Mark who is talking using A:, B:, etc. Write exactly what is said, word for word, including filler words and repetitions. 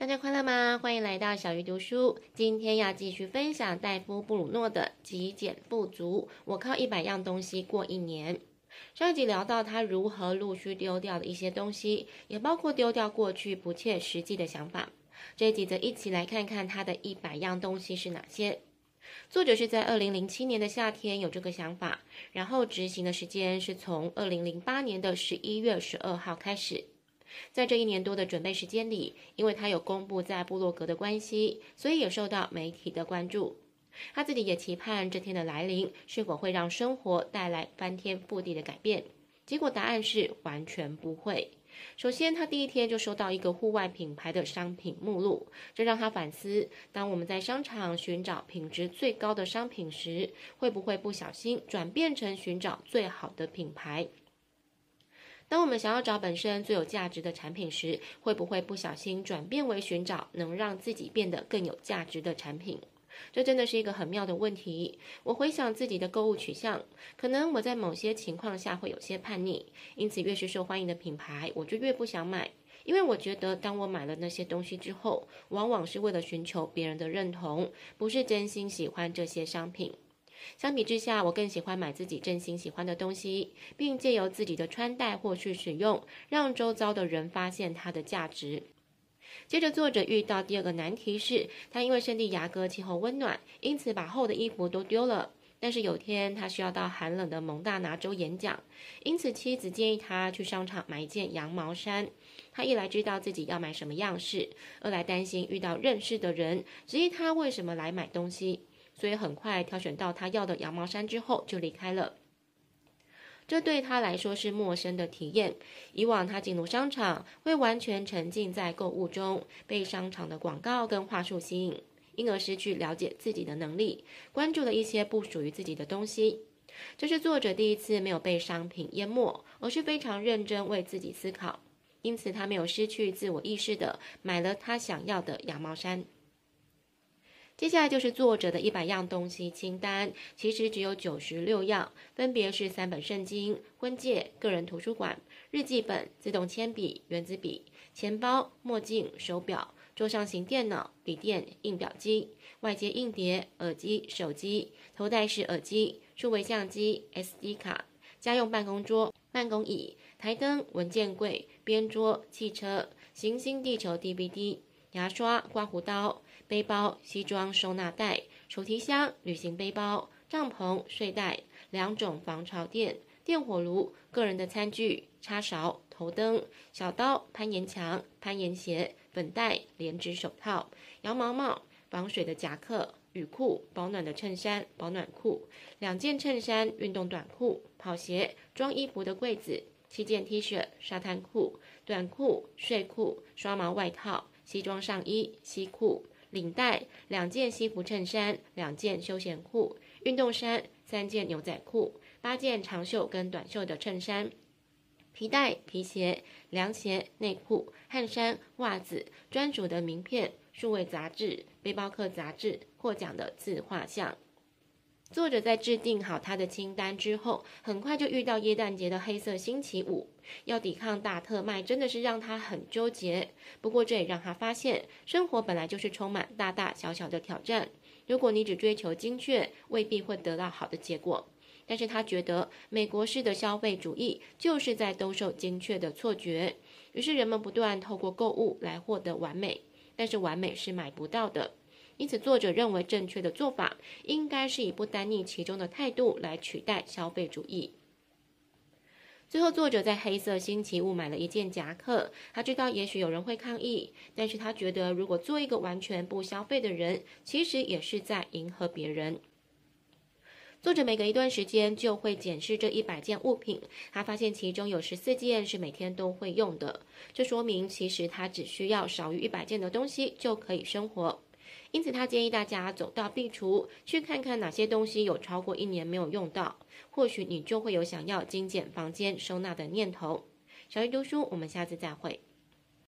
A: 大家快乐吗？欢迎来到小鱼读书。今天要继续分享戴夫·布鲁诺的极简富足，我靠一百样东西过一年。上一集聊到他如何陆续丢掉的一些东西，也包括丢掉过去不切实际的想法。这一集则一起来看看他的一百样东西是哪些。作者是在二零零七年的夏天有这个想法，然后执行的时间是从二零零八年的十一月十二号开始。在这一年多的准备时间里，因为他有公布在部落格的关系，所以也受到媒体的关注。他自己也期盼这天的来临是否会让生活带来翻天覆地的改变。结果答案是完全不会。首先，他第一天就收到一个户外品牌的商品目录，这让他反思：当我们在商场寻找品质最高的商品时，会不会不小心转变成寻找最好的品牌？当我们想要找本身最有价值的产品时，会不会不小心转变为寻找能让自己变得更有价值的产品？这真的是一个很妙的问题。我回想自己的购物取向，可能我在某些情况下会有些叛逆，因此越是受欢迎的品牌，我就越不想买。因为我觉得当我买了那些东西之后，往往是为了寻求别人的认同，不是真心喜欢这些商品。相比之下，我更喜欢买自己真心喜欢的东西，并借由自己的穿戴或是使用，让周遭的人发现它的价值。接着，作者遇到第二个难题是，他因为圣地亚哥气候温暖，因此把厚的衣服都丢了。但是有天他需要到寒冷的蒙大拿州演讲，因此妻子建议他去商场买一件羊毛衫。他一来知道自己要买什么样式，二来担心遇到认识的人质疑他为什么来买东西。所以很快挑选到他要的羊毛衫之后就离开了。这对他来说是陌生的体验。以往他进入商场会完全沉浸在购物中，被商场的广告跟话术吸引，因而失去了解自己的能力，关注了一些不属于自己的东西。这是作者第一次没有被商品淹没，而是非常认真为自己思考，因此他没有失去自我意识的买了他想要的羊毛衫。接下来就是作者的一百样东西清单，其实只有九十六样，分别是三本圣经、婚戒、个人图书馆、日记本、自动铅笔、原子笔、钱包、墨镜、手表、桌上型电脑、笔电、印表机、外接硬碟、耳机、手机、头戴式耳机、数位相机、S D 卡、家用办公桌、办公椅、台灯、文件柜、边桌、汽车、行星地球 D V D、牙刷、刮胡刀、背包、西装收纳袋、手提箱、旅行背包、帐篷、睡袋、两种防潮垫、电火炉、个人的餐具、叉勺、头灯、小刀、攀岩墙、攀岩鞋、粉袋、连指手套、羊毛帽、防水的夹克、雨裤、保暖的衬衫、保暖裤、两件衬衫、运动短裤、跑鞋、装衣服的柜子、七件 T 恤、沙滩裤、短裤、睡裤、刷毛外套、西装上衣、西裤、领带、两件西服衬衫、两件休闲裤、运动衫、三件牛仔裤、八件长袖跟短袖的衬衫、皮带、皮鞋、凉鞋、内裤、汗衫、袜子、专属的名片、数位杂志、背包客杂志、获奖的自画像。作者在制定好他的清单之后，很快就遇到耶诞节的黑色星期五，要抵抗大特卖真的是让他很纠结。不过这也让他发现，生活本来就是充满大大小小的挑战。如果你只追求精确，未必会得到好的结果。但是他觉得美国式的消费主义就是在兜售精确的错觉，于是人们不断透过购物来获得完美，但是完美是买不到的。因此，作者认为正确的做法应该是以不单逆其中的态度来取代消费主义。最后，作者在黑色星期五买了一件夹克。他知道也许有人会抗议，但是他觉得如果做一个完全不消费的人，其实也是在迎合别人。作者每隔一段时间就会检视这一百件物品，他发现其中有十四件是每天都会用的，这说明其实他只需要少于一百件的东西就可以生活。因此他建议大家走到壁橱，去看看哪些东西有超过一年没有用到，或许你就会有想要精简房间收纳的念头。小鱼读书，我们下次再会。